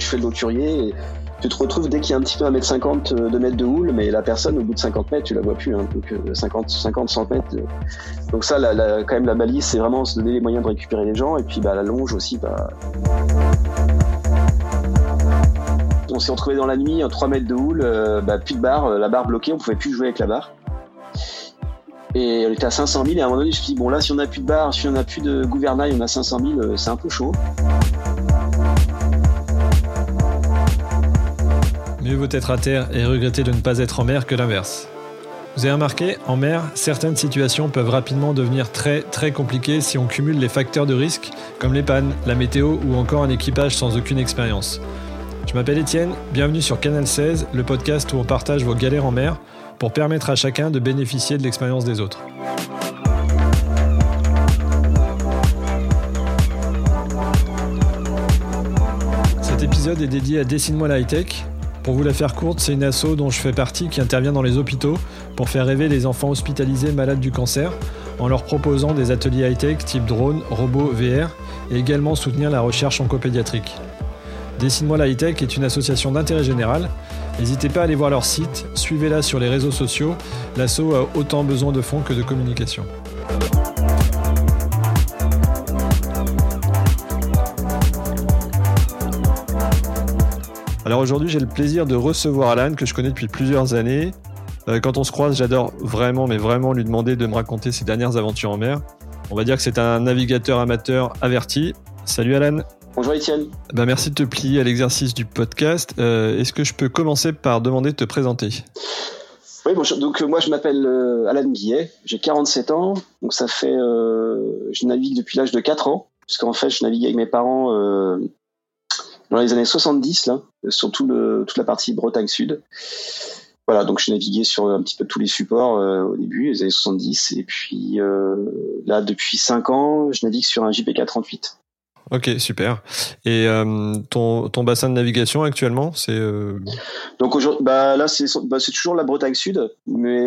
tu fais de l'hauturier et tu te retrouves dès qu'il y a un petit peu 1m50, 2 mètres de houle, mais la personne au bout de 50 mètres, tu la vois plus, hein, donc 50, 100 mètres. Donc ça, quand même la balise, c'est vraiment se donner les moyens de récupérer les gens, et puis la longe aussi. On s'est retrouvé dans la nuit, 3 mètres de houle, plus de barre, la barre bloquée, on pouvait plus jouer avec la barre. Et on était à 500 000, et à un moment donné, je me suis dit, bon là, si on n'a plus de barre, si on n'a plus de gouvernail, on a 500 000, c'est un peu chaud. Mieux vaut être à terre et regretter de ne pas être en mer que l'inverse. Vous avez remarqué, en mer, certaines situations peuvent rapidement devenir très très compliquées si on cumule les facteurs de risque, comme les pannes, la météo ou encore un équipage sans aucune expérience. Je m'appelle Étienne, bienvenue sur Canal 16, le podcast où on partage vos galères en mer pour permettre à chacun de bénéficier de l'expérience des autres. Cet épisode est dédié à Dessine-moi la high-tech. Pour vous la faire courte, c'est une asso dont je fais partie qui intervient dans les hôpitaux pour faire rêver les enfants hospitalisés malades du cancer en leur proposant des ateliers high-tech type drone, robots, VR et également soutenir la recherche oncopédiatrique. Dessine-moi la high-tech est une association d'intérêt général. N'hésitez pas à aller voir leur site, suivez-la sur les réseaux sociaux. L'asso a autant besoin de fonds que de communication. Alors aujourd'hui, j'ai le plaisir de recevoir Alan, que je connais depuis plusieurs années. Quand on se croise, j'adore vraiment lui demander de me raconter ses dernières aventures en mer. On va dire que c'est un navigateur amateur averti. Salut Alan. Bonjour Étienne. Merci de te plier à l'exercice du podcast. Est-ce que je peux commencer par demander de te présenter ? Oui, bonjour. Donc moi je m'appelle Alan Guillet, j'ai 47 ans, donc ça fait, je navigue depuis l'âge de 4 ans, puisqu'en fait je naviguais avec mes parents dans les années 70, là, sur toute la partie Bretagne Sud. Voilà, donc je naviguais sur un petit peu tous les supports au début, les années 70, et puis là, depuis 5 ans, je navigue sur un JPK-38. Ok, super. Et ton bassin de navigation actuellement, c'est Donc aujourd'hui, là c'est toujours la Bretagne Sud, mais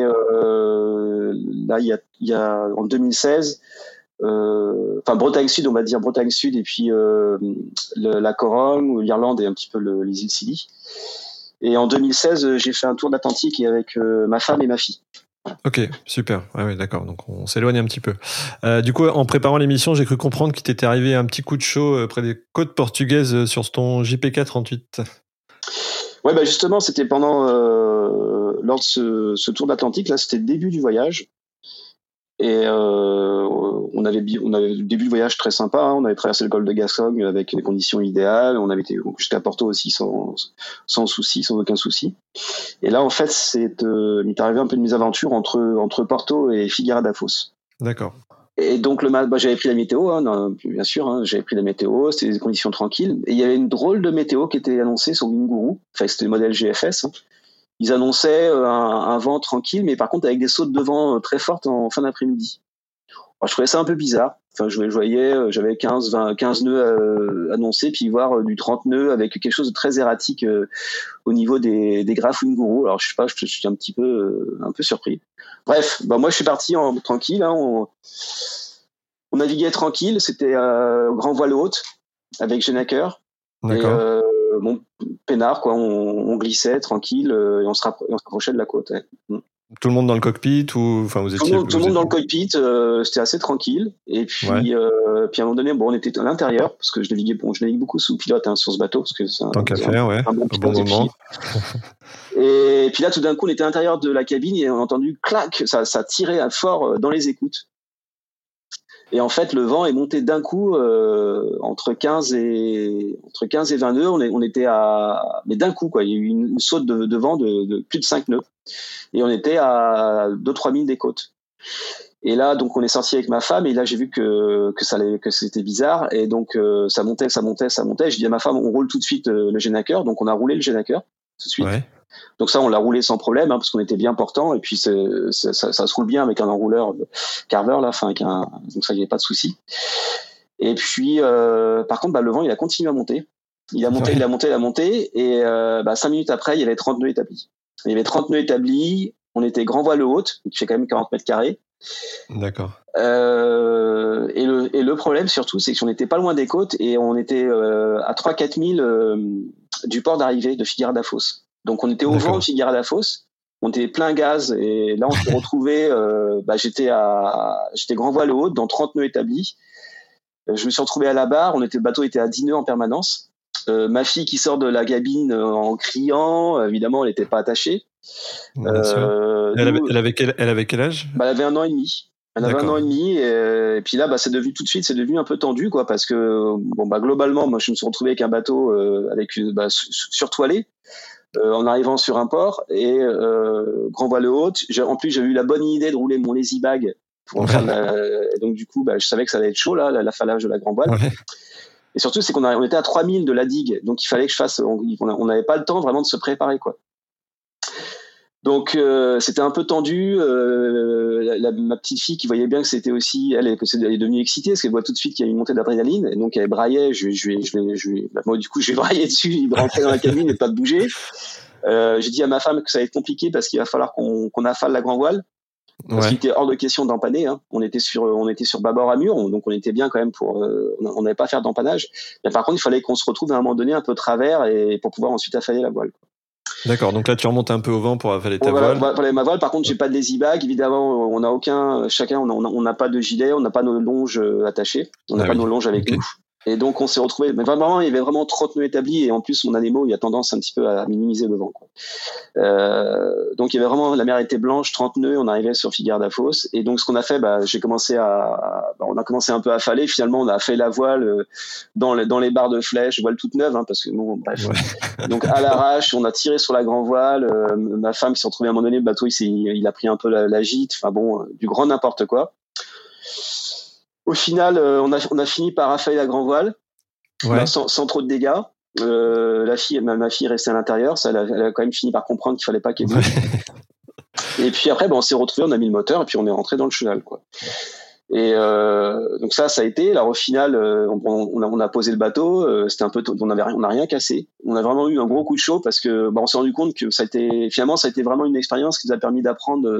là il y a en 2016. Bretagne Sud, on va dire Bretagne Sud, et puis la Corogne, l'Irlande et un petit peu les îles Scilly. Et en 2016, j'ai fait un tour d'Atlantique avec ma femme et ma fille. Ok, super. Ouais, d'accord. Donc on s'éloigne un petit peu. Du coup, en préparant l'émission, j'ai cru comprendre qu'il t'était arrivé un petit coup de chaud près des côtes portugaises sur ton JPK-38. Ouais, justement, c'était lors de ce tour d'Atlantique. Là, c'était le début du voyage. Et on avait le début de voyage très sympa, hein. On avait traversé le golfe de Gascogne avec des conditions idéales, on avait été jusqu'à Porto aussi sans souci, sans aucun souci. Et là en fait il m'est arrivé un peu de mésaventure entre Porto et Figueira da Foz. D'accord. Et donc j'avais pris la météo, hein, bien sûr, hein, j'avais pris la météo, c'était des conditions tranquilles, et il y avait une drôle de météo qui était annoncée sur Wingourou, enfin c'était le modèle GFS, hein. Ils annonçaient un vent tranquille, mais par contre avec des sautes de vent très fortes en fin d'après-midi. Alors, je trouvais ça un peu bizarre. Enfin, je voyais, j'avais 15 nœuds annoncés, puis voir du 30 nœuds avec quelque chose de très erratique au niveau des graphes Wingourou. Alors je sais pas, je suis un peu surpris. Bref, moi je suis parti tranquille. Hein, on naviguait tranquille, c'était grand voile haute avec Genaker. D'accord. Peinard, quoi, on glissait tranquille et on se rapprochait de la côte. Ouais. Tout le monde dans le cockpit ou vous étiez tout le monde dans le cockpit, c'était assez tranquille. Et puis, puis à un moment donné, on était à l'intérieur parce que je navigue beaucoup sous pilote sur ce bateau parce que c'est un bon pilote. Bon moment. Et puis là, tout d'un coup, on était à l'intérieur de la cabine et on a entendu clac, ça tirait fort dans les écoutes. Et en fait, le vent est monté d'un coup entre 15 et 20 nœuds. On était mais d'un coup, quoi. Il y a eu une saute de vent de plus de 5 nœuds. Et on était à 2-3 milles des côtes. Et là, donc, on est sorti avec ma femme. Et là, j'ai vu que c'était bizarre. Et donc, ça montait. J'ai dit à ma femme, on roule tout de suite le Genaker. Donc, on a roulé le Genaker tout de suite. Ouais. Donc ça, on l'a roulé sans problème, hein, parce qu'on était bien portant. Et puis ça se roule bien avec un enrouleur Carver là, donc ça, il n'y avait pas de souci. Et puis, par contre, le vent, il a continué à monter. Il a monté. Et 5 minutes après, il y avait 30 nœuds établis. On était grand voile haute, qui fait quand même 40 mètres carrés. D'accord. Et le problème surtout, c'est qu'on n'était pas loin des côtes et on était à 3-4 milles du port d'arrivée de Figueira-da-Foz. Donc on était au vent de Figueira-da-Foz, on était plein gaz, et là on s'est retrouvé, j'étais grand voile haute dans 30 nœuds établis. Je me suis retrouvé à la barre, le bateau était à 10 nœuds en permanence. Ma fille qui sort de la cabine en criant, évidemment elle n'était pas attachée. Elle avait quel âge? Elle avait 1 an et demi. Elle avait 1 an et demi, et puis là, c'est devenu un peu tendu, quoi, parce que globalement, moi, je me suis retrouvé avec un bateau surtoilé en arrivant sur un port, et grand voile haute. En plus, j'avais eu la bonne idée de rouler mon lazy bag pour faire donc du coup, je savais que ça allait être chaud là, l'affalage de la grand voile. Ouais. Et surtout, c'est qu'on était à 3000 de la digue, donc il fallait que je fasse. On n'avait pas le temps vraiment de se préparer, quoi. Donc c'était un peu tendu. Ma petite fille qui voyait bien que c'était aussi elle est devenue excitée parce qu'elle voit tout de suite qu'il y a une montée d'adrénaline, et donc elle braillait. Moi du coup je vais brailler dessus, il rentrait dans la cabine et pas de bouger. J'ai dit à ma femme que ça allait être compliqué parce qu'il va falloir qu'on affale la grand voile. Parce qu'il était hors de question d'empanner. Hein. On était sur bâbord à mur, donc on était bien quand même on n'avait pas à faire d'empannage. Mais par contre, il fallait qu'on se retrouve à un moment donné un peu travers et pour pouvoir ensuite affaler la voile. D'accord, donc là tu remontes un peu au vent pour avaler ta voile. Voilà ma voile. Par contre, j'ai pas de lazy bag. Évidemment, on n'a on n'a pas de gilet, on n'a pas nos longes attachées, on n'a pas nos longes avec nous. Et donc on s'est retrouvé. Mais vraiment, il y avait vraiment 30 nœuds établis, et en plus mon anémo, il a tendance un petit peu à minimiser le vent, quoi. Donc il y avait vraiment, la mer était blanche, 30 nœuds, on arrivait sur Figueira-da-Foz, et donc ce qu'on a fait, on a commencé un peu à affaler. Finalement, on a fait la voile dans les barres de flèche, voile toute neuve, hein, parce que bon, bref. Ouais. Donc à l'arrache, on a tiré sur la grand voile. Ma femme qui s'est retrouvée à un moment donné, le bateau il a pris un peu la gîte. Enfin bon, du grand n'importe quoi. Au final, on a fini par affaler la grand voile, sans trop de dégâts. Ma fille restait à l'intérieur, elle a quand même fini par comprendre qu'il fallait pas qu'elle bouge. Et puis après, on s'est retrouvés, on a mis le moteur et puis on est rentré dans le chenal, quoi. Et donc ça a été. Alors au final, on a posé le bateau. C'était un peu, on n'a rien cassé. On a vraiment eu un gros coup de chaud parce que on s'est rendu compte que ça a été vraiment une expérience qui nous a permis d'apprendre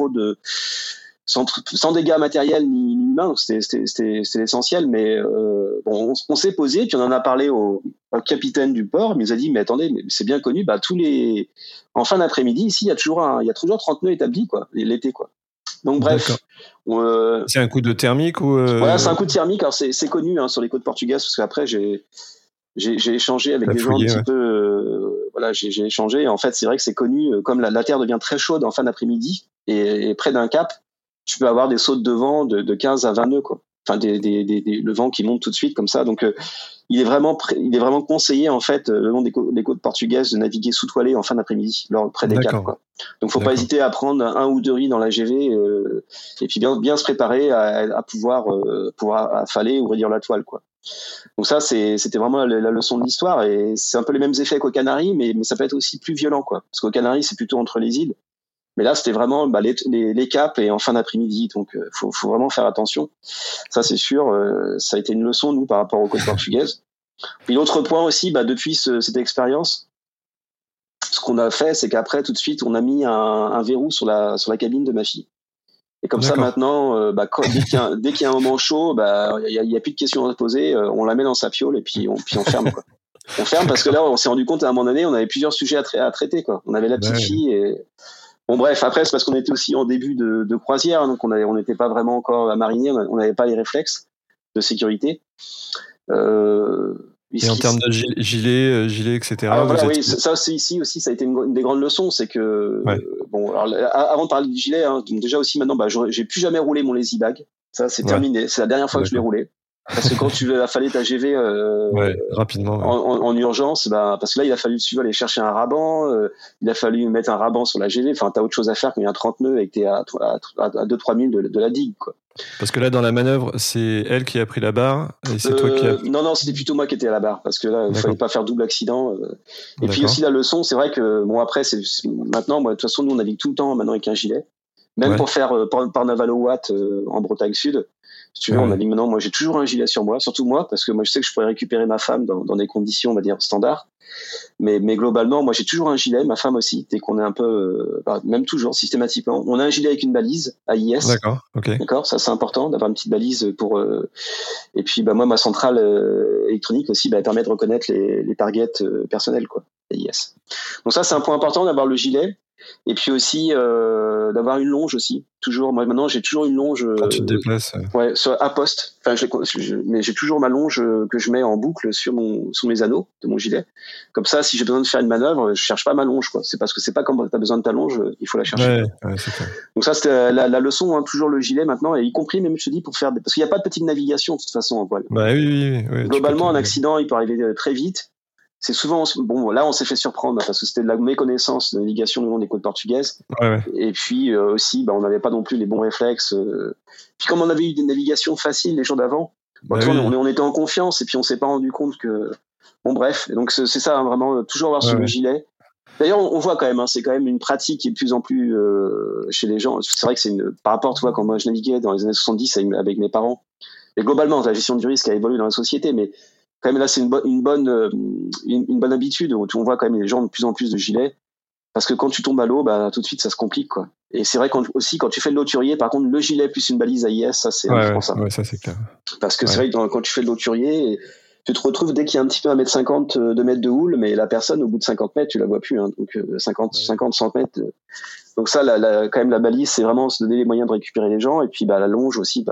sans dégâts matériels ni humains, donc c'était l'essentiel. Mais on s'est posé, puis on en a parlé au capitaine du port. Il nous a dit, mais attendez, mais c'est bien connu, en fin d'après-midi ici, il y a toujours 30 nœuds établis, quoi, l'été, quoi. Donc bref, c'est un coup de thermique ou Voilà, c'est un coup de thermique. Alors c'est connu, hein, sur les côtes portugaises, parce qu'après j'ai échangé avec des gens un petit peu. J'ai échangé. Et en fait, c'est vrai que c'est connu. Comme la terre devient très chaude en fin d'après-midi et près d'un cap, tu peux avoir des sautes de vent de 15 à 20 nœuds, quoi. Enfin, le vent qui monte tout de suite comme ça. Donc, il est vraiment conseillé, en fait, le long des côtes portugaises, de naviguer sous-toilé en fin d'après-midi, près des caps, quoi. Donc, faut pas hésiter à prendre 1 ou 2 riz dans la GV, et puis bien se préparer à pouvoir affaler ou réduire la toile, quoi. Donc ça, c'était vraiment la leçon de l'histoire, et c'est un peu les mêmes effets qu'aux Canaries, mais ça peut être aussi plus violent, quoi. Parce qu'aux Canaries, c'est plutôt entre les îles. Mais là, c'était vraiment les caps et en fin d'après-midi. Donc, faut vraiment faire attention. Ça, c'est sûr. Ça a été une leçon, nous, par rapport aux côtes portugaises. Puis l'autre point aussi, depuis cette expérience, ce qu'on a fait, c'est qu'après, tout de suite, on a mis un verrou sur la cabine de ma fille. Et comme ça, maintenant, dès qu'il y a un moment chaud, il y a plus de questions à se poser. On la met dans sa fiole et puis on ferme, quoi. On ferme parce que là, on s'est rendu compte à un moment donné, on avait plusieurs sujets à traiter, quoi. On avait la petite fille et... Bon, bref, après, c'est parce qu'on était aussi en début de croisière, donc on n'était pas vraiment encore à mariner, on n'avait pas les réflexes de sécurité. Et en termes de gilet, etc. Alors, voilà, oui, ça c'est ici aussi, ça a été une des grandes leçons, c'est que avant de parler du gilet, hein, donc déjà aussi maintenant, j'ai plus jamais roulé mon lazy bag. Ça, c'est terminé. C'est la dernière fois que je l'ai roulé. Parce que quand tu veux affaler ta GV rapidement, en urgence, parce que là il a fallu aller chercher un raban, il a fallu mettre un raban sur la GV. Enfin, t'as autre chose à faire quand il y a un 30 nœuds et que t'es à 2-3 000 de la digue, quoi. Parce que là, dans la manœuvre, c'est elle qui a pris la barre et c'est toi qui as... Non, c'était plutôt moi qui étais à la barre parce que là, il fallait pas faire double accident. Et puis aussi la leçon, c'est vrai que après, maintenant, moi, de toute façon, nous on navigue tout le temps maintenant avec un gilet, même pour faire par Navalo-Watt en Bretagne Sud. Si tu veux, on a dit maintenant, moi j'ai toujours un gilet sur moi, surtout moi, parce que moi je sais que je pourrais récupérer ma femme dans des conditions, on va dire, standards. Mais globalement, moi, j'ai toujours un gilet, ma femme aussi, dès qu'on est un peu, même toujours, systématiquement. On a un gilet avec une balise AIS. D'accord, ok. D'accord, ça c'est important d'avoir une petite balise pour. Et puis, moi, ma centrale électronique aussi, elle permet de reconnaître les targets personnels, quoi, AIS. Donc ça, c'est un point important d'avoir le gilet. Et puis aussi d'avoir une longe aussi. Toujours, moi maintenant j'ai toujours une longe. Quand tu te déplaces. Ouais, à poste. Enfin, mais j'ai toujours ma longe que je mets en boucle sur mes anneaux de mon gilet. Comme ça, si j'ai besoin de faire une manœuvre, je cherche pas ma longe, quoi. C'est parce que c'est pas quand t'as besoin de ta longe, il faut la chercher. Ouais, c'est clair. Donc ça, c'était la leçon, hein, toujours le gilet maintenant, et y compris même je te dis pour faire parce qu'il n'y a pas de petite navigation de toute façon en voile. Bah oui. Globalement, un accident, il peut arriver très vite. C'est souvent, là, on s'est fait surprendre parce que c'était de la méconnaissance de navigation le long des côtes portugaises. Ouais. Et puis aussi, on n'avait pas non plus les bons réflexes. Puis comme on avait eu des navigations faciles les jours d'avant, on était en confiance et puis on s'est pas rendu compte que. Bon, bref. Et donc c'est ça, hein, vraiment, toujours avoir sur le gilet. D'ailleurs, on voit quand même, hein, c'est quand même une pratique qui est de plus en plus chez les gens. C'est vrai que par rapport, tu vois, quand moi je naviguais dans les années 70 avec mes parents, et globalement, la gestion du risque a évolué dans la société, mais quand même là c'est une bonne habitude où on voit quand même les gens de plus en plus de gilets parce que quand tu tombes à l'eau tout de suite ça se complique, quoi. Et c'est vrai quand tu fais de l'eau-turier, par contre le gilet plus une balise AIS, ça c'est indispensable. Ouais, ça c'est clair. Parce que c'est vrai que quand tu fais de l'eau-turier, tu te retrouves dès qu'il y a un petit peu 1m50 2 mètres de houle, mais la personne au bout de 50 mètres tu la vois plus, hein, donc 50-100 mètres. Donc ça quand même la balise c'est vraiment se donner les moyens de récupérer les gens, et puis la longe aussi,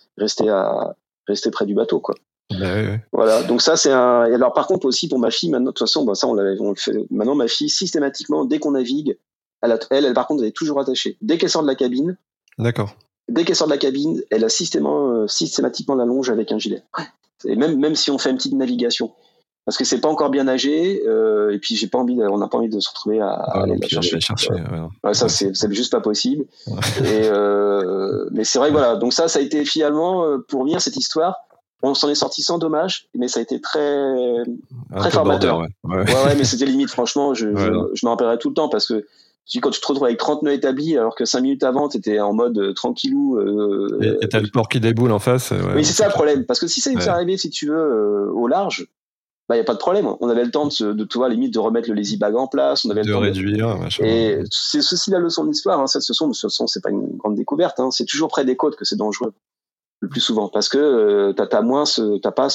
rester près du bateau, quoi. Ouais. Voilà, donc ça c'est un. Et alors par contre aussi pour ma fille maintenant, de toute façon, ça on le fait. Maintenant ma fille systématiquement dès qu'on navigue, elle par contre elle est toujours attachée. Dès qu'elle sort de la cabine. D'accord. Dès qu'elle sort de la cabine, elle a systématiquement la longe avec un gilet. Et même si on fait une petite navigation, parce que c'est pas encore bien nagé, et puis on n'a pas envie de se retrouver à aller la chercher. Ça c'est juste pas possible. Et mais c'est vrai que voilà, donc ça a été finalement pour venir cette histoire. On s'en est sorti sans dommage, mais ça a été très formateur. Ouais, mais c'était limite, franchement, je m'en rappellerai tout le temps parce que quand tu te retrouves avec 30 nœuds établis, alors que 5 minutes avant, t'étais en mode tranquillou. Et t'as le port qui déboule en face. Oui, c'est ça le problème. Parce que si ça était arrivé, si tu veux, au large, y a pas de problème. On avait le temps de tu vois, limite de remettre le lazy bag en place. On avait le temps réduire. Et c'est ceci la leçon de l'histoire. Hein. Cette leçon, c'est pas une grande découverte. Hein. C'est toujours près des côtes que c'est dangereux. Le plus souvent, parce que t'as pas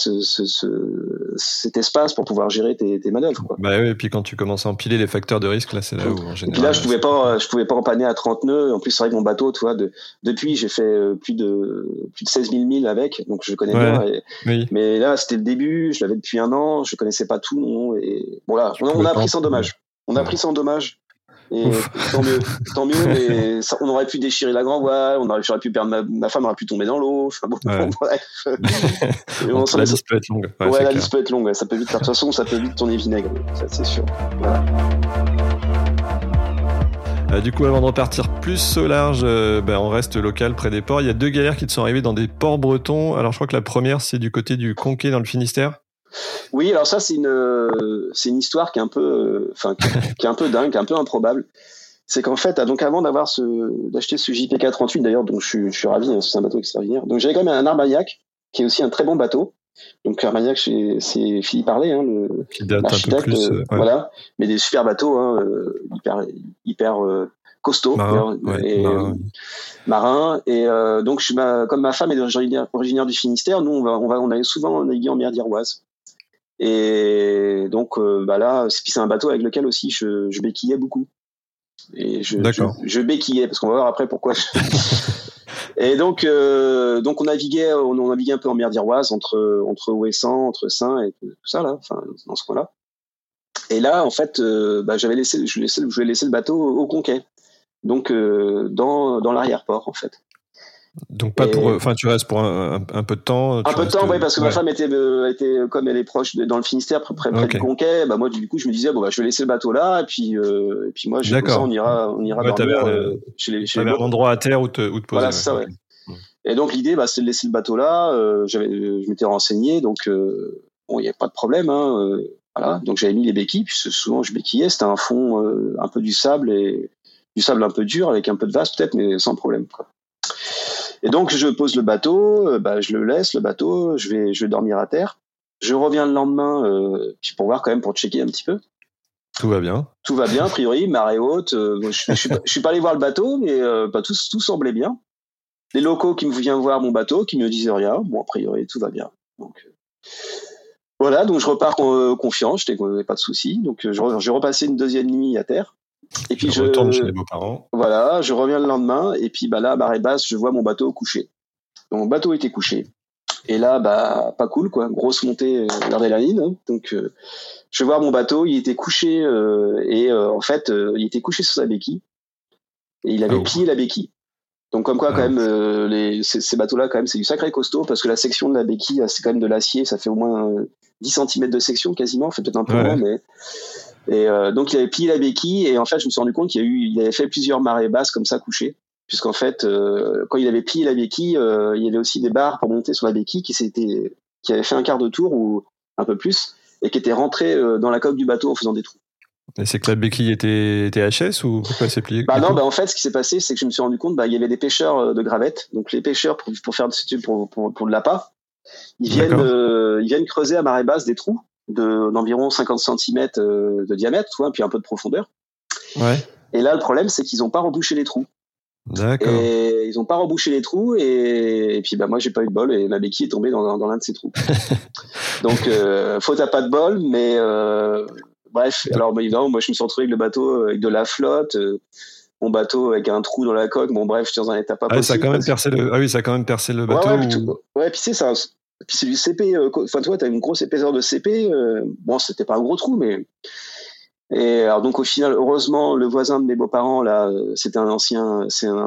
cet espace pour pouvoir gérer tes manœuvres, quoi. Oui, et puis quand tu commences à empiler les facteurs de risque, là c'est là où en général. Et puis là je pouvais pas empanner à 30 nœuds. En plus c'est vrai que mon bateau, tu vois, depuis j'ai fait plus de 16 000 milles avec, donc je connais bien. Mais là c'était le début, je l'avais depuis 1 an, je connaissais pas tout, non. Et bon là, on a appris sans dommage. On a appris sans dommage. Et tant mieux, mais on aurait pu déchirer la grand voile, j'aurais pu perdre ma femme aurait pu tomber dans l'eau. Enfin, bref. La liste peut être longue. La liste peut être longue. Ça peut vite, de toute façon, ça peut vite tourner vinaigre. Ça, c'est sûr. Voilà. Du coup, avant de repartir plus au large, on reste local près des ports. Il y a 2 galères qui te sont arrivées dans des ports bretons. Alors, je crois que la première, c'est du côté du Conquet dans le Finistère. Oui, alors ça c'est une histoire qui est un peu dingue, un peu improbable. C'est qu'en fait, donc avant d'acheter ce JPK-38 d'ailleurs, dont je suis ravi, hein, c'est un bateau extraordinaire. Donc j'avais quand même un Armagnac qui est aussi un très bon bateau. Donc Armagnac, c'est Philippe Harley, hein, l'architecte, un peu plus, voilà, mais des super bateaux, hein, hyper costaud marin. Et donc comme ma femme est originaire du Finistère, nous on allait souvent naviguer en mer d'Iroise. Et donc là, c'est un bateau avec lequel aussi je béquillais beaucoup. Et je béquillais parce qu'on va voir après pourquoi. Et donc on naviguait un peu en mer d'Iroise entre Ouessant, entre Saint et tout ça là, enfin dans ce coin-là. Et là en fait, je vais laisser le bateau au Conquet, donc dans l'arrière-port en fait. Donc tu restes pour un peu de temps. Un peu de temps, oui, parce que ma femme était comme elle est proche dans le Finistère, près du Conquet. Moi du coup je me disais je vais laisser le bateau là et puis moi on ira dormir chez les endroit à terre où te poser. Voilà, c'est ça, ouais. Et donc l'idée c'est de laisser le bateau là. Je m'étais renseigné, donc il y avait pas de problème, hein, voilà. Donc j'avais mis les béquilles, puis souvent je béquillais. C'était un fond un peu du sable un peu dur avec un peu de vase peut-être, mais sans problème, quoi. Et donc je pose le bateau, je le laisse le bateau, je vais dormir à terre. Je reviens le lendemain puis pour voir quand même, pour checker un petit peu. Tout va bien. Tout va bien, a priori, marée haute. Je suis pas allé voir le bateau, mais tout semblait bien. Les locaux qui me viennent voir mon bateau, qui me disaient rien. Bon, a priori, tout va bien. Donc voilà, donc je repars confiant, je n'avais pas de soucis. Donc j'ai repassé une deuxième nuit à terre. Et puis je retourne chez les beaux-parents. Voilà, je reviens le lendemain et puis là, marée basse, je vois mon bateau couché. Donc mon bateau était couché. Et là, pas cool, quoi. Grosse montée vers la ligne. Hein. Donc je vois mon bateau, il était couché en fait, il était couché sur sa béquille et il avait plié la béquille. Donc comme quoi, quand même, ces bateaux-là, quand même, c'est du sacré costaud parce que la section de la béquille, c'est quand même de l'acier, ça fait au moins 10 cm de section quasiment, fait peut-être un peu moins, mais donc il avait plié la béquille et en fait, je me suis rendu compte qu'il avait fait plusieurs marées basses comme ça couchées, puisqu'en fait, quand il avait plié la béquille, il y avait aussi des barres pour monter sur la béquille qui avaient fait un quart de tour ou un peu plus et qui étaient rentrées dans la coque du bateau en faisant des trous. Et c'est que la béquille était HS ou pourquoi elle s'est pliée? Non, en fait, ce qui s'est passé, c'est que je me suis rendu compte, il y avait des pêcheurs de gravette. Donc les pêcheurs pour faire pour de l'appât, ils viennent creuser à marée basse des trous d'environ 50 cm de diamètre, puis un peu de profondeur. Ouais. Et là, le problème, c'est qu'ils n'ont pas rebouché les trous. D'accord. Et ils n'ont pas rebouché les trous et puis moi, j'ai pas eu de bol et ma béquille est tombée dans l'un de ces trous. Donc faute à pas de bol, mais bref, alors évidemment, moi je me suis retrouvé avec le bateau avec de la flotte, mon bateau avec un trou dans la coque. Bon bref, je suis dans un état pas possible. Ça a quand même percé le bateau. Ouais, puis c'est ça. Puis c'est du CP. Enfin, toi, t'as une grosse épaisseur de CP. Bon, c'était pas un gros trou, mais. Et alors donc au final, heureusement, le voisin de mes beaux-parents là, c'est un ancien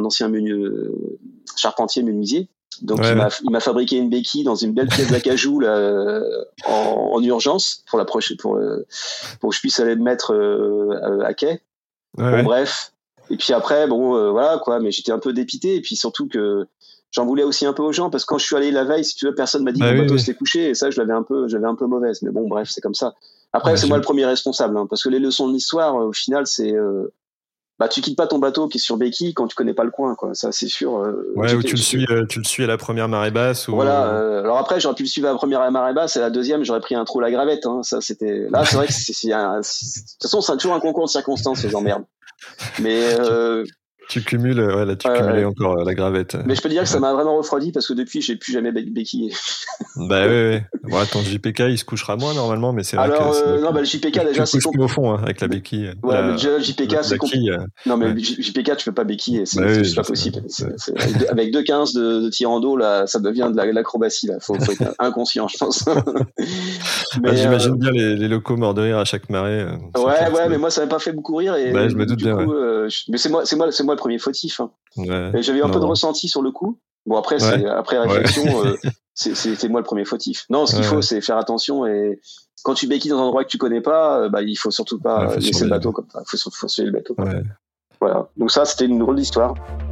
charpentier menuisier. Donc il m'a fabriqué une béquille dans une belle pièce d'acajou là, en urgence pour que je puisse aller me mettre à quai. Bref. Et puis après voilà quoi, mais j'étais un peu dépité et puis surtout que j'en voulais aussi un peu aux gens parce que quand je suis allé la veille, si tu veux, personne m'a dit que mon bateau s'était couché et ça j'avais un peu mauvaise. Mais bon bref, c'est comme ça. Après c'est moi le premier responsable parce que les leçons de l'histoire au final c'est tu quittes pas ton bateau qui est sur béquille quand tu connais pas le coin, quoi. Ça, c'est sûr. Ou tu le suis à la première marée basse. Voilà. Alors après, j'aurais pu le suivre à la première marée basse et à la deuxième, j'aurais pris un trou à la gravette. Hein. Ça, c'était. Là, c'est vrai que de toute façon, c'est toujours un concours de circonstances, ces emmerdes. Mais tu cumules, tu cumulais encore la gravette. Mais je peux te dire que ça m'a vraiment refroidi parce que depuis, j'ai plus jamais béquillé. Oui. Bon, ton JPK, il se couchera moins normalement, mais c'est vrai que. Le JPK, déjà, c'est compliqué. Au fond, avec la béquille. Ouais, mais déjà, le JPK, c'est compliqué. Non, mais le JPK, tu peux pas béquiller, c'est pas possible. Avec 2,15 de tir en dos, là, ça devient de l'acrobatie, là. Faut être inconscient, je pense. Mais j'imagine bien les locaux morts de rire à chaque marée. Mais moi, ça m'a pas fait beaucoup rire. Et je me doute bien. Mais c'est moi le premier fautif. Hein. J'avais eu un peu de ressenti sur le coup. Bon, après, après réflexion, c'est moi le premier fautif. Non, ce qu'il faut, c'est faire attention et quand tu béquilles dans un endroit que tu connais pas, il faut surtout pas laisser le bateau comme ça. Faut suivre le bateau. Voilà. Donc ça, c'était une drôle d'histoire.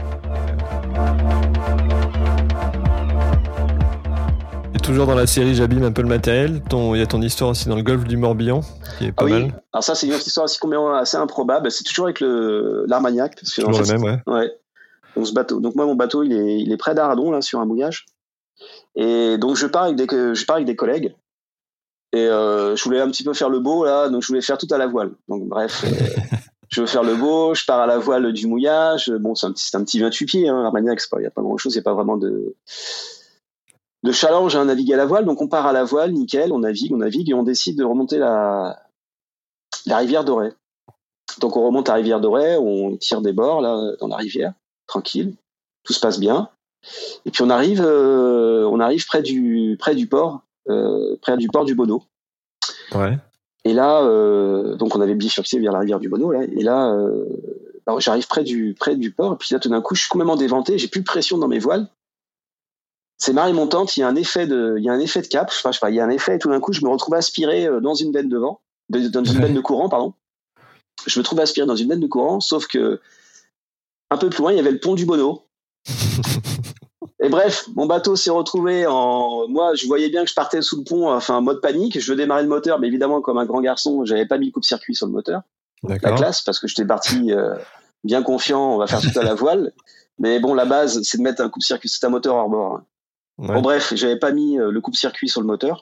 Et toujours dans la série J'abîme un peu le matériel, il y a ton histoire aussi dans le golfe du Morbihan, qui est pas mal. Alors ça, c'est une histoire assez improbable. C'est toujours avec l'Armagnac. Parce que toujours le même, ouais. Donc ce bateau. Donc moi, mon bateau, il est près d'Ardon, là, sur un mouillage. Et donc je pars avec des collègues. Et je voulais un petit peu faire le beau, là. Donc je voulais faire tout à la voile. Donc bref, je veux faire le beau. Je pars à la voile du mouillage. Bon, c'est un petit 28 pieds, hein, l'Armagnac. Il n'y a pas grand-chose. Il n'y a pas vraiment de challenge à naviguer à la voile. Donc on part à la voile, nickel. On navigue et on décide de remonter la rivière Dorée. Donc on remonte la rivière Dorée. On tire des bords, là, dans la rivière. Tranquille, tout se passe bien. Et puis on arrive près du port, près du port du Bonneau. Ouais. Et là, donc on avait bifurqué vers la rivière du Bonneau, là. Et là, j'arrive près du port. Et puis là, tout d'un coup, je suis complètement déventé. J'ai plus de pression dans mes voiles. C'est marée montante. Il y a un effet de cap. Je sais pas. Il y a un effet. Et tout d'un coup, je me retrouve aspiré dans une veine de vent, dans une veine de courant, pardon. Je me trouve aspiré dans une veine de courant, sauf que un peu plus loin, il y avait le pont du Bonneau. Et bref, mon bateau s'est retrouvé moi, je voyais bien que je partais sous le pont, en mode panique. Je veux démarrer le moteur, mais évidemment, comme un grand garçon, j'avais pas mis le coupe-circuit sur le moteur. D'accord. La classe, parce que j'étais parti bien confiant, on va faire tout à la voile. Mais bon, la base, c'est de mettre un coupe-circuit, c'est un moteur hors bord. Ouais. Bon, bref, j'avais pas mis le coupe-circuit sur le moteur.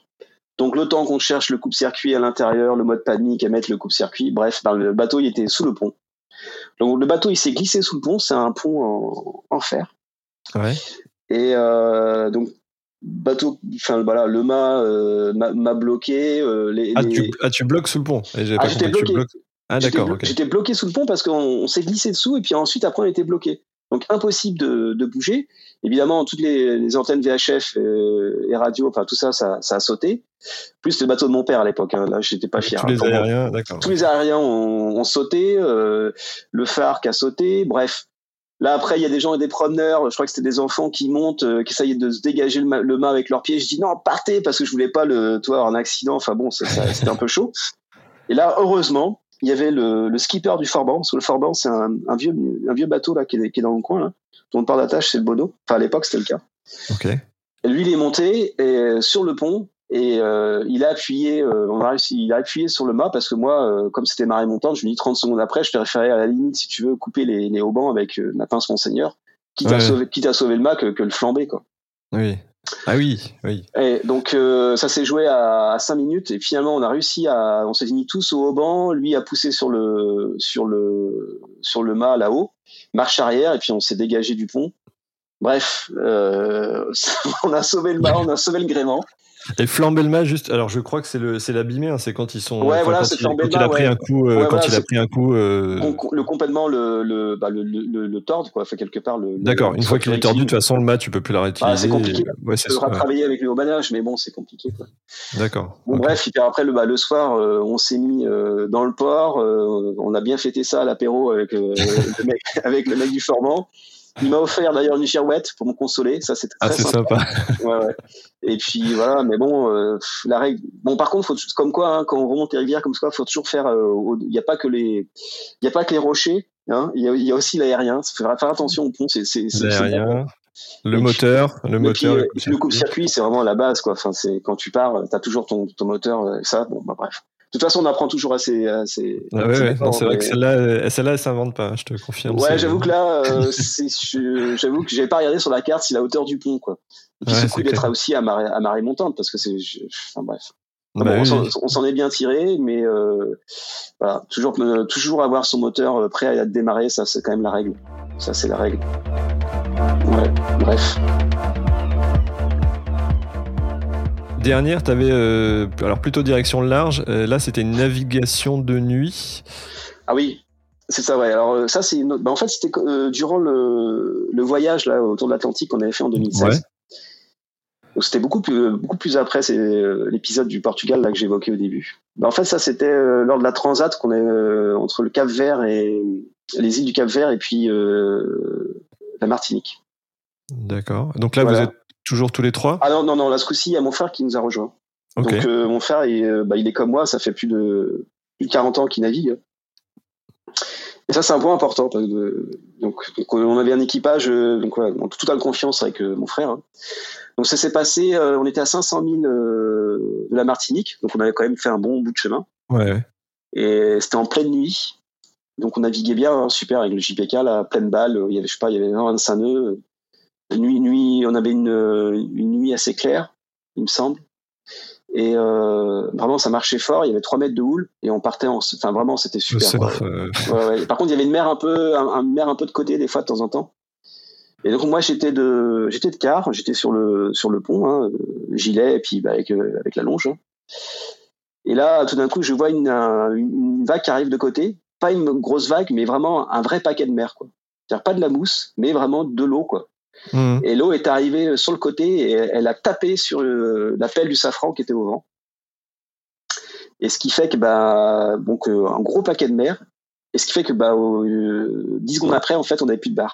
Donc le temps qu'on cherche le coupe-circuit à l'intérieur, le mode panique à mettre le coupe-circuit, bref, le bateau il était sous le pont. Donc le bateau il s'est glissé sous le pont, c'est un pont en fer. Ouais. Et donc bateau, enfin voilà, le mât m'a bloqué. Tu bloques sous le pont. J'étais bloqué. D'accord. J'étais bloqué sous le pont parce qu'on s'est glissé dessous et puis ensuite après on était bloqué. Donc impossible de bouger. Évidemment, toutes les antennes VHF et radio, enfin tout ça a sauté. Plus le bateau de mon père à l'époque. Hein. Là, j'étais pas fier. Tous les aériens, d'accord. Tous les aériens ont sauté. Le phare qui a sauté. Bref. Là après, il y a des gens et des promeneurs. Je crois que c'était des enfants qui montent, qui essayaient de se dégager le mât avec leurs pieds. Je dis non, partez parce que je voulais pas avoir un accident. Enfin bon, c'était un peu chaud. Et là, heureusement, il y avait le skipper du Forban, parce que le Forban, c'est un vieux bateau là qui est dans le coin là. Ton port d'attache, c'est le Bono. Enfin, à l'époque, c'était le cas. Ok. Et lui, il est monté sur le pont et il a appuyé. Il a appuyé sur le mât parce que moi, comme c'était marée montante, je lui dis 30 secondes après, je préférais à la limite, si tu veux, couper les haubans avec ma pince Monseigneur, quitte à sauver le mât que le flamber, quoi. Oui. Ah oui. Et donc ça s'est joué à 5 minutes et finalement on s'est mis tous au haubans, lui a poussé sur le mât là-haut, marche arrière et puis on s'est dégagé du pont. Bref, on a sauvé le mât, on a sauvé le gréement. Et flamber le mât, juste, alors je crois que c'est l'abîmé, hein, c'est quand ils sont. Ouais, voilà, c'est flamber le mât. Quand il a pris un coup, complètement le tordre, quoi, fait quelque part D'accord, une fois qu'il est tordu, de toute façon, le mât, tu peux plus la réutiliser. C'est compliqué. C'est travailler avec le haubannage, mais bon, c'est compliqué, quoi. D'accord. Bon, okay. Bref, et puis après, le soir, on s'est mis dans le port, on a bien fêté ça à l'apéro avec le mec du Forban. Il m'a offert d'ailleurs une girouette pour me consoler, ça c'était très sympa. Ouais. Et puis voilà, mais bon, la règle. Bon, par contre, comme quoi, hein, quand on remonte les rivières comme ça, faut toujours faire. Il n'y a pas que les rochers, hein. Il y a aussi l'aérien. Il faut faire attention au pont. C'est l'aérien. Le moteur. Le coupe-circuit, c'est vraiment la base, quoi. Enfin, c'est quand tu pars, t'as toujours ton moteur. Ça, bon, bah bref. De toute façon, on apprend toujours assez. Non, c'est vrai que celle-là, elle s'invente pas, je te confirme. Ouais, j'avoue que là, j'avoue que j'avais pas regardé sur la carte si la hauteur du pont, quoi. Et puis, c'est cool d'être aussi à marée montante, parce que enfin, bref. On s'en est bien tiré, mais voilà, toujours avoir son moteur prêt à démarrer, ça, c'est quand même la règle. Ça, c'est la règle. Ouais, bref. Dernière, tu avais alors plutôt direction large. Là, c'était une navigation de nuit. Ah oui, c'est ça, ouais. Alors ça, c'est en fait, c'était durant le voyage là autour de l'Atlantique qu'on avait fait en 2016. Ouais. Donc c'était beaucoup plus après, c'est l'épisode du Portugal là que j'évoquais au début. En fait, ça c'était lors de la transat qu'on est entre le Cap Vert et les îles du Cap Vert et puis la Martinique. D'accord. Donc là, voilà. Vous êtes toujours tous les trois ? Ah non, là ce coup-ci, il y a mon frère qui nous a rejoints. Okay. Donc mon frère, il est comme moi, ça fait plus de 40 ans qu'il navigue. Et ça, c'est un point important. Parce que, donc on avait un équipage, donc voilà, en totale confiance avec mon frère. Hein. Donc ça s'est passé, on était à 500 000 de la Martinique, donc on avait quand même fait un bon bout de chemin. Ouais. Et c'était en pleine nuit, donc on naviguait bien, hein, super, avec le JPK, la pleine balle, il y avait 25 nœuds. Nuit, on avait une nuit assez claire, il me semble. Et vraiment, ça marchait fort. Il y avait 3 mètres de houle et on partait enfin, vraiment, c'était super. Ouais. Par contre, il y avait une mer un peu de côté des fois de temps en temps. Et donc moi, j'étais de quart, j'étais sur le pont, hein, gilet et puis avec la longe. Hein. Et là, tout d'un coup, je vois une vague qui arrive de côté, pas une grosse vague, mais vraiment un vrai paquet de mer, quoi. C'est-à-dire pas de la mousse, mais vraiment de l'eau, quoi. Mmh. Et l'eau est arrivée sur le côté et elle a tapé sur la pelle du safran qui était au vent. Et ce qui fait que donc un gros paquet de mer. Et ce qui fait que 10 secondes après, en fait, on n'avait plus de barre.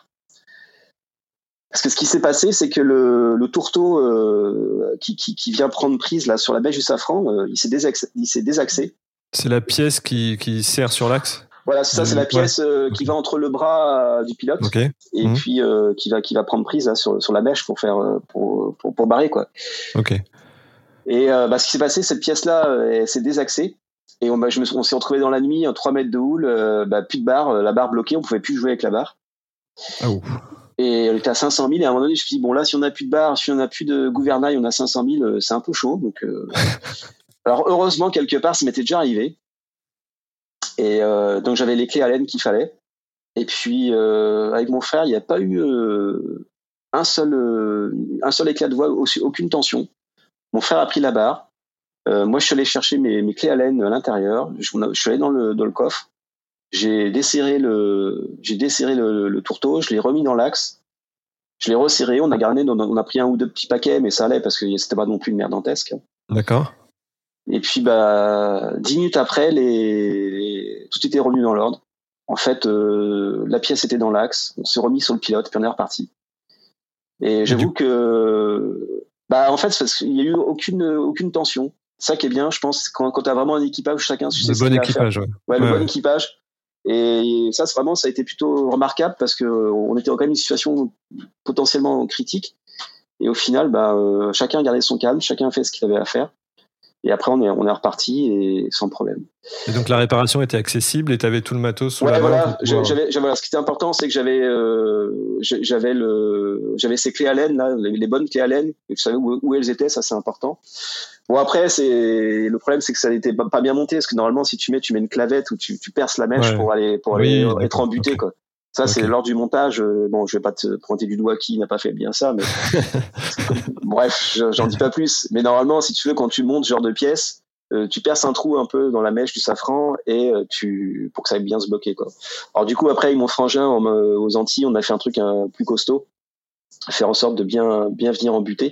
Parce que ce qui s'est passé, c'est que le tourteau qui vient prendre prise là sur la bêche du safran, il s'est désaxé. C'est la pièce qui serre sur l'axe. Voilà, c'est ça, c'est la pièce qui va entre le bras du pilote et puis qui va prendre prise là, sur la bêche pour barrer, quoi. Ok. Et ce qui s'est passé, cette pièce-là, elle s'est désaxée et on s'est retrouvé dans la nuit, 3 mètres de houle, plus de barre, la barre bloquée, on pouvait plus jouer avec la barre. Ah ouf. Et on était à 500 000 et à un moment donné, je me suis dit, bon, là, si on n'a plus de bar, si on n'a plus de gouvernail, on a 500 000, c'est un peu chaud. Donc, alors, heureusement, quelque part, ça m'était déjà arrivé. Et donc, j'avais les clés Allen qu'il fallait. Et puis, avec mon frère, il n'y a pas eu un seul éclat de voix, aucune tension. Mon frère a pris la barre. Moi, je suis allé chercher mes clés Allen à l'intérieur. Je suis allé dans le coffre. J'ai desserré le tourteau, je l'ai remis dans l'axe, je l'ai resserré, on a pris un ou deux petits paquets, mais ça allait parce que c'était pas non plus une merde dantesque. D'accord. Et puis 10 minutes après, tout était revenu dans l'ordre. En fait, la pièce était dans l'axe, on s'est remis sur le pilote, puis on est reparti. Et j'avoue que en fait, parce qu'il y a eu aucune tension. Ça qui est bien, je pense, quand t'as vraiment un équipage, chacun sait ce qu'il a à faire. Ouais, le bon équipage. Et ça, ça a été plutôt remarquable parce que on était quand même une situation potentiellement critique. Et au final, chacun a gardé son calme, chacun a fait ce qu'il avait à faire. Et après, on est reparti et sans problème. Et donc la réparation était accessible et tu avais tout le matos sous la main. Voilà. Ce qui était important, c'est que j'avais ces clés Allen là, les bonnes clés Allen. Et je savais où elles étaient, ça c'est important. Bon après, le problème, c'est que ça n'était pas bien monté parce que normalement, si tu mets une clavette ou tu perces la mèche pour aller être embuté quoi. Ça, c'est lors du montage. Bon, je vais pas te pointer du doigt qui n'a pas fait bien ça, mais bref, j'en dis pas plus. Mais normalement, si tu veux, quand tu montes ce genre de pièce, tu perces un trou un peu dans la mèche du safran et pour que ça aille bien se bloquer, quoi. Alors du coup, après, avec mon frangin aux Antilles, on a fait un truc plus costaud, faire en sorte de bien venir embuter.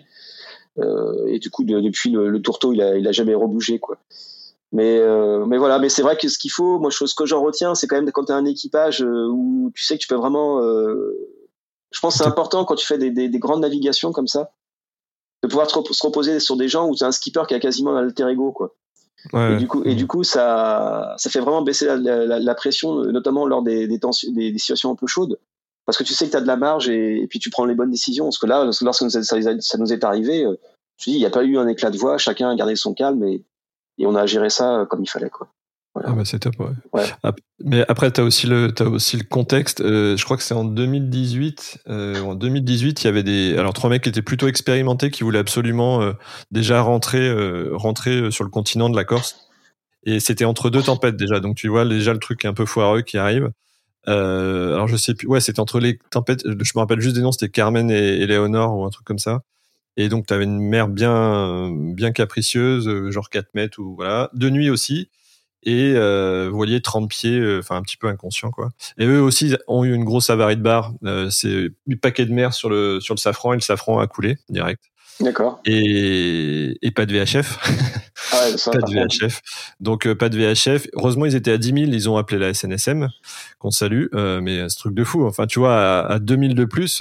Et du coup, depuis le tourteau, il a jamais rebougé, quoi. Mais voilà, mais c'est vrai que ce qu'il faut, moi, ce que j'en retiens, c'est quand même quand tu as un équipage où tu sais que tu peux vraiment. Je pense que c'est important quand tu fais des grandes navigations comme ça, de pouvoir se reposer sur des gens où tu as un skipper qui a quasiment un alter ego, quoi. Ouais, et du coup, ça fait vraiment baisser la pression, notamment lors des situations un peu chaudes, parce que tu sais que tu as de la marge et puis tu prends les bonnes décisions. Parce que là, lorsque ça nous est arrivé, je dis, il n'y a pas eu un éclat de voix, chacun a gardé son calme et on a géré ça comme il fallait, quoi. Voilà. Ah c'est top, ouais. Mais après, t'as aussi le contexte. Je crois que c'est en 2018. En 2018, il y avait alors 3 mecs qui étaient plutôt expérimentés, qui voulaient absolument déjà rentrer sur le continent de la Corse. Et c'était entre 2 tempêtes déjà. Donc tu vois déjà le truc un peu foireux qui arrive. Alors je sais plus. Ouais, c'était entre les tempêtes. Je me rappelle juste des noms. C'était Carmen et Léonore ou un truc comme ça. Et donc, tu avais une mer bien capricieuse, genre 4 mètres, ou voilà. De nuit aussi. Et vous voyez 30 pieds, enfin un petit peu inconscient, quoi. Et eux aussi ont eu une grosse avarie de barre. C'est un paquet de mer sur le safran, et le safran a coulé direct. D'accord. Et pas de VHF. Ah ouais, ça, pas de VHF. Donc pas de VHF. Heureusement, ils étaient à 10 000. Ils ont appelé la SNSM, qu'on salue. Mais ce truc de fou. Enfin, tu vois, à 2000 de plus,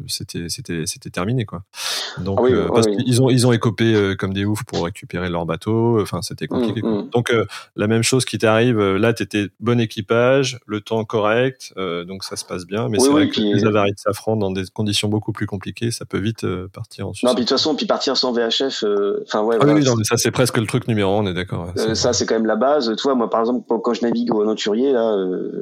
c'était terminé, quoi. Donc parce qu'ils ont écopé comme des oufs pour récupérer leur bateau. Enfin, c'était compliqué. Donc la même chose qui t'arrive. Là, t'étais bon équipage, le temps correct, donc ça se passe bien. Mais c'est vrai que les avaries de safran dans des conditions beaucoup plus compliquées, ça peut vite partir en sucette. Non, puis de toute façon, partir sans VHF, oui, non, mais ça c'est presque le truc numéro 1, on est d'accord. Ça c'est quand même la base. Tu vois, moi par exemple, quand je navigue au aventurier là,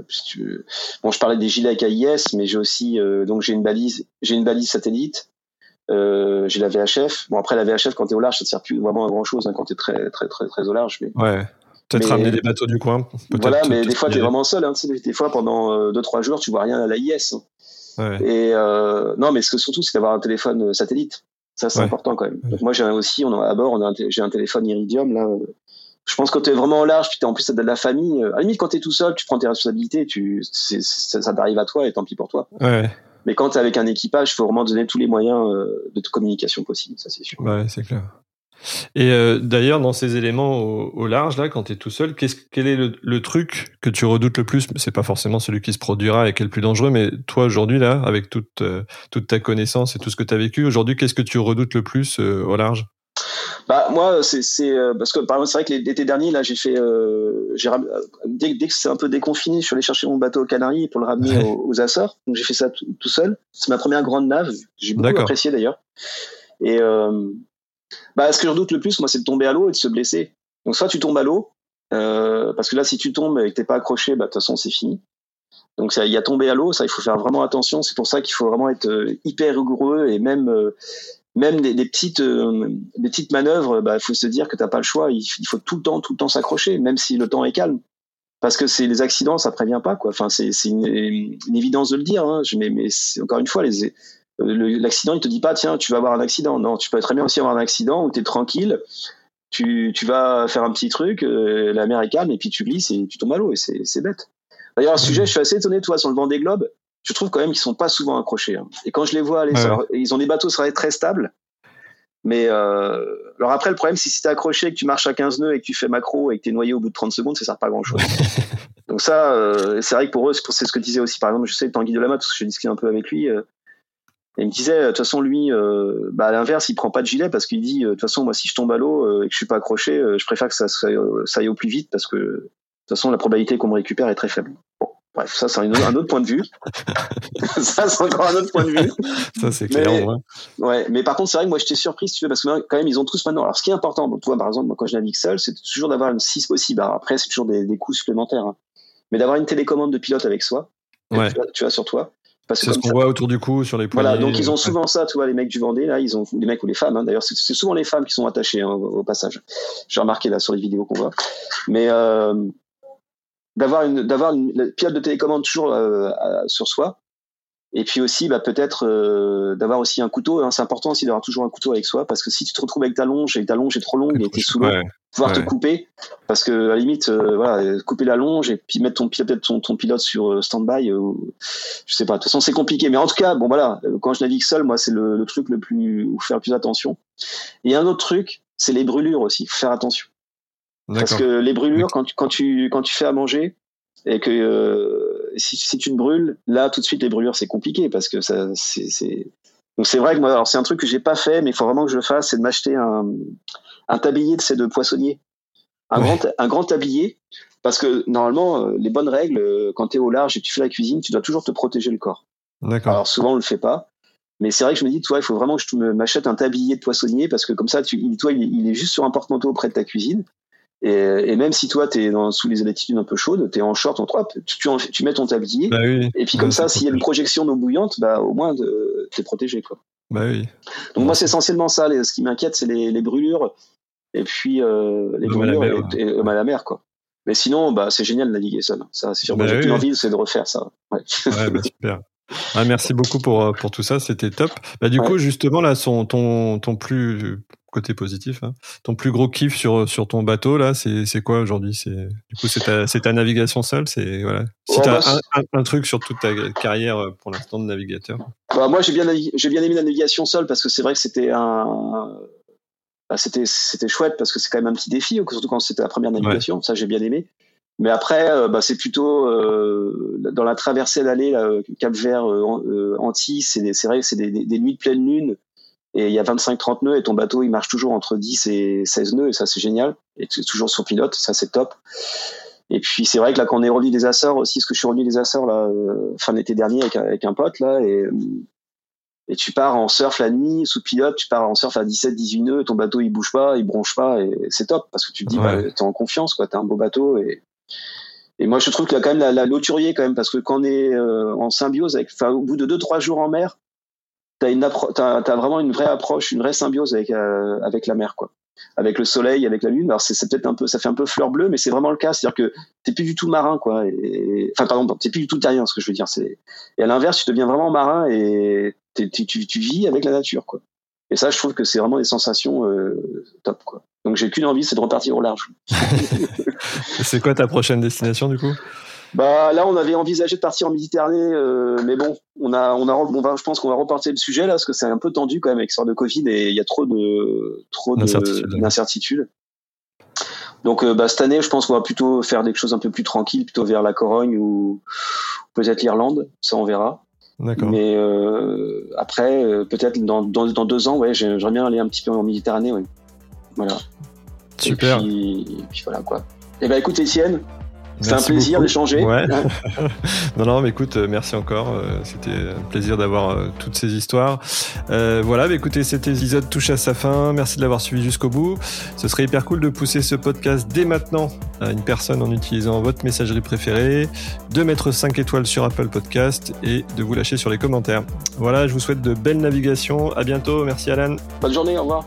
je parlais des gilets avec AIS, mais j'ai aussi donc j'ai une balise satellite. J'ai la VHF. Bon, après la VHF, quand t'es au large, ça te sert plus vraiment à grand chose, quand t'es très très très très au large. Mais peut-être ramener des bateaux du coin. Voilà, mais des fois t'es vraiment seul. Des fois pendant 2-3 jours, tu vois rien à l'AIS. Et non, mais surtout c'est d'avoir un téléphone satellite. Ça c'est important quand même. Donc moi j'ai à bord j'ai un téléphone Iridium là. Je pense que quand t'es vraiment au large, puis en plus t'as de la famille. À la limite quand t'es tout seul, tu prends tes responsabilités, ça t'arrive à toi et tant pis pour toi. Ouais. Mais quand t'es avec un équipage, il faut vraiment donner tous les moyens de communication possible, ça c'est sûr. Ouais, c'est clair. Et d'ailleurs, dans ces éléments au large, là, quand tu es tout seul, quel est le truc que tu redoutes le plus? C'est pas forcément celui qui se produira et qui est le plus dangereux, mais toi, aujourd'hui, là, avec toute ta connaissance et tout ce que tu as vécu, aujourd'hui, qu'est-ce que tu redoutes le plus au large? Moi, c'est parce que par exemple, c'est vrai que l'été dernier, là, j'ai fait, dès que c'est un peu déconfiné, je suis allé chercher mon bateau aux Canaries pour le ramener aux Açores. Donc j'ai fait ça tout seul. C'est ma première grande nave. J'ai beaucoup apprécié d'ailleurs. Et ce que je redoute le plus, moi, c'est de tomber à l'eau et de se blesser. Donc soit tu tombes à l'eau, parce que là, si tu tombes et que t'es pas accroché, de toute façon, c'est fini. Donc il y a tombé à l'eau, ça il faut faire vraiment attention. C'est pour ça qu'il faut vraiment être hyper rigoureux et même des petites manœuvres, il faut se dire que t'as pas le choix. Il faut tout le temps s'accrocher, même si le temps est calme. Parce que c'est les accidents, ça prévient pas, quoi. Enfin, c'est une évidence de le dire. Hein. Mais encore une fois, l'accident, il te dit pas, tiens, tu vas avoir un accident. Non, tu peux très bien aussi avoir un accident où t'es tranquille, tu vas faire un petit truc, la mer est calme et puis tu glisses et tu tombes à l'eau et c'est bête. D'ailleurs, à ce sujet, je suis assez étonné, toi, sur le Vendée Globe. Je trouve quand même qu'ils sont pas souvent accrochés. Hein. Et quand je les vois aller, ils ont des bateaux très stables. Mais alors après, le problème, c'est si t'es accroché, que tu marches à 15 nœuds et que tu fais macro et que t'es noyé au bout de 30 secondes, ça sert pas à grand chose. Donc ça, c'est vrai que pour eux, c'est ce que disait aussi, par exemple, je sais Tanguy Delamat, parce que je discute un peu avec lui. Et il me disait, de toute façon, lui, à l'inverse, il prend pas de gilet parce qu'il dit, de toute façon, moi, si je tombe à l'eau et que je suis pas accroché, je préfère que ça aille au plus vite parce que de toute façon, la probabilité qu'on me récupère est très faible. Bon, bref, ça, c'est un autre point de vue. Ça, c'est encore un autre point de vue. Ça, c'est clair, en vrai. Ouais, mais par contre, c'est vrai que moi, j'étais surpris, si tu veux, parce que quand même, ils ont tous maintenant. Alors, ce qui est important, donc, toi, par exemple, moi, quand je navigue seul, c'est toujours d'avoir une 6 possible. Alors, après, c'est toujours des coûts supplémentaires. Hein. Mais d'avoir une télécommande de pilote avec soi, tu as sur toi. Parce que c'est ce qu'on voit autour du cou, sur les poignets. Voilà, donc ils ont souvent ça, tu vois, les mecs du Vendée, là, ils ont, les mecs ou les femmes, hein, d'ailleurs, c'est souvent les femmes qui sont attachées au passage. J'ai remarqué là sur les vidéos qu'on voit. Mais d'avoir une pilote de télécommande toujours sur soi, et puis aussi peut-être d'avoir aussi un couteau. Hein, c'est important aussi d'avoir toujours un couteau avec soi, parce que si tu te retrouves avec ta longe et ta longe est trop longue et t'es sous l'eau, pouvoir te couper, parce que à la limite, couper la longe et puis mettre ton pilote sur stand-by, je sais pas. De toute façon, c'est compliqué. Mais en tout cas, bon voilà, quand je navigue seul, moi, c'est le truc où faire le plus attention. Et un autre truc, c'est les brûlures aussi. Faut faire attention. D'accord. Parce que les brûlures, quand tu fais à manger et que si tu te brûles, là tout de suite les brûlures c'est compliqué parce que ça c'est donc c'est vrai que moi alors c'est un truc que j'ai pas fait mais il faut vraiment que je le fasse, c'est de m'acheter un tablier de poissonnier, un grand tablier, parce que normalement les bonnes règles quand t'es au large et que tu fais la cuisine, tu dois toujours te protéger le corps. D'accord. Alors souvent on le fait pas. Mais c'est vrai que je me dis, toi, il faut vraiment que je m'achète un tablier de poissonnier parce que comme ça, il est juste sur un porte-manteau près de ta cuisine. Et même si toi, t'es sous les latitudes un peu chaudes, t'es en short, en trois, tu mets ton tablier. Bah oui. Et puis comme ça, s'il y a une projection d'eau bouillante, au moins, t'es protégé, quoi. Bah oui. Donc moi, c'est essentiellement ça. Ce qui m'inquiète, c'est les brûlures. Et puis, les brûlures et à la mer, quoi. Mais sinon, c'est génial de naviguer seul. Ça, c'est sûr. Moi, j'ai qu'une envie, c'est de refaire ça. Ouais, super. Ah, merci beaucoup pour tout ça, c'était top. Du coup, justement, là, ton plus côté positif, hein, ton plus gros kiff sur ton bateau, là, c'est quoi aujourd'hui? Du coup, c'est ta navigation seule, c'est voilà. Si t'as un truc sur toute ta carrière pour l'instant de navigateur. Moi, j'ai bien aimé la navigation seule parce que c'est vrai que c'était c'était chouette parce que c'est quand même un petit défi, surtout quand c'était la première navigation. Ouais. Ça, j'ai bien aimé. Mais après, c'est plutôt dans la traversée d'allée Cap-Vert, Antilles, c'est vrai que c'est des nuits de pleine lune et il y a 25-30 nœuds et ton bateau il marche toujours entre 10 et 16 nœuds et ça c'est génial, et tu es toujours sur pilote, ça c'est top. Et puis c'est vrai que là quand on est revenu des Açores aussi, parce que je suis revenu des Açores là fin d'été dernier avec un pote là, et tu pars en surf la nuit sous pilote, tu pars en surf à 17-18 nœuds, ton bateau il bouge pas, il bronche pas, et c'est top parce que tu te dis t'es en confiance, quoi, t'as un beau bateau. Et moi, je trouve qu'il y a quand même la lauturier quand même, parce que quand on est en symbiose au bout de 2-3 jours en mer, t'as vraiment une vraie approche, une vraie symbiose avec la mer, quoi. Avec le soleil, avec la lune. Alors c'est peut-être ça fait un peu fleur bleue, mais c'est vraiment le cas. C'est-à-dire que t'es plus du tout marin, quoi. T'es plus du tout terrien, ce que je veux dire. Et à l'inverse, tu deviens vraiment marin et tu vis avec la nature, quoi. Et ça, je trouve que c'est vraiment des sensations top, quoi. Donc j'ai qu'une envie, c'est de repartir au large. C'est quoi ta prochaine destination du coup? Là, on avait envisagé de partir en Méditerranée, mais bon, je pense qu'on va repartir le sujet là, parce que c'est un peu tendu quand même avec l'histoire de Covid et il y a trop d'incertitudes. Donc cette année, je pense qu'on va plutôt faire des choses un peu plus tranquilles, plutôt vers la Corogne ou peut-être l'Irlande, ça on verra. D'accord. Mais après, peut-être dans 2 ans, j'aimerais bien aller un petit peu en Méditerranée, ouais. Voilà. Super. Et puis voilà, quoi. Écoute, Étienne, C'est un plaisir d'échanger. Ouais. non, mais écoute, merci encore. C'était un plaisir d'avoir toutes ces histoires. Voilà, écoutez, cet épisode touche à sa fin. Merci de l'avoir suivi jusqu'au bout. Ce serait hyper cool de pousser ce podcast dès maintenant à une personne en utilisant votre messagerie préférée, de mettre 5 étoiles sur Apple Podcast et de vous lâcher sur les commentaires. Voilà, je vous souhaite de belles navigations. À bientôt. Merci Alan. Bonne journée, au revoir.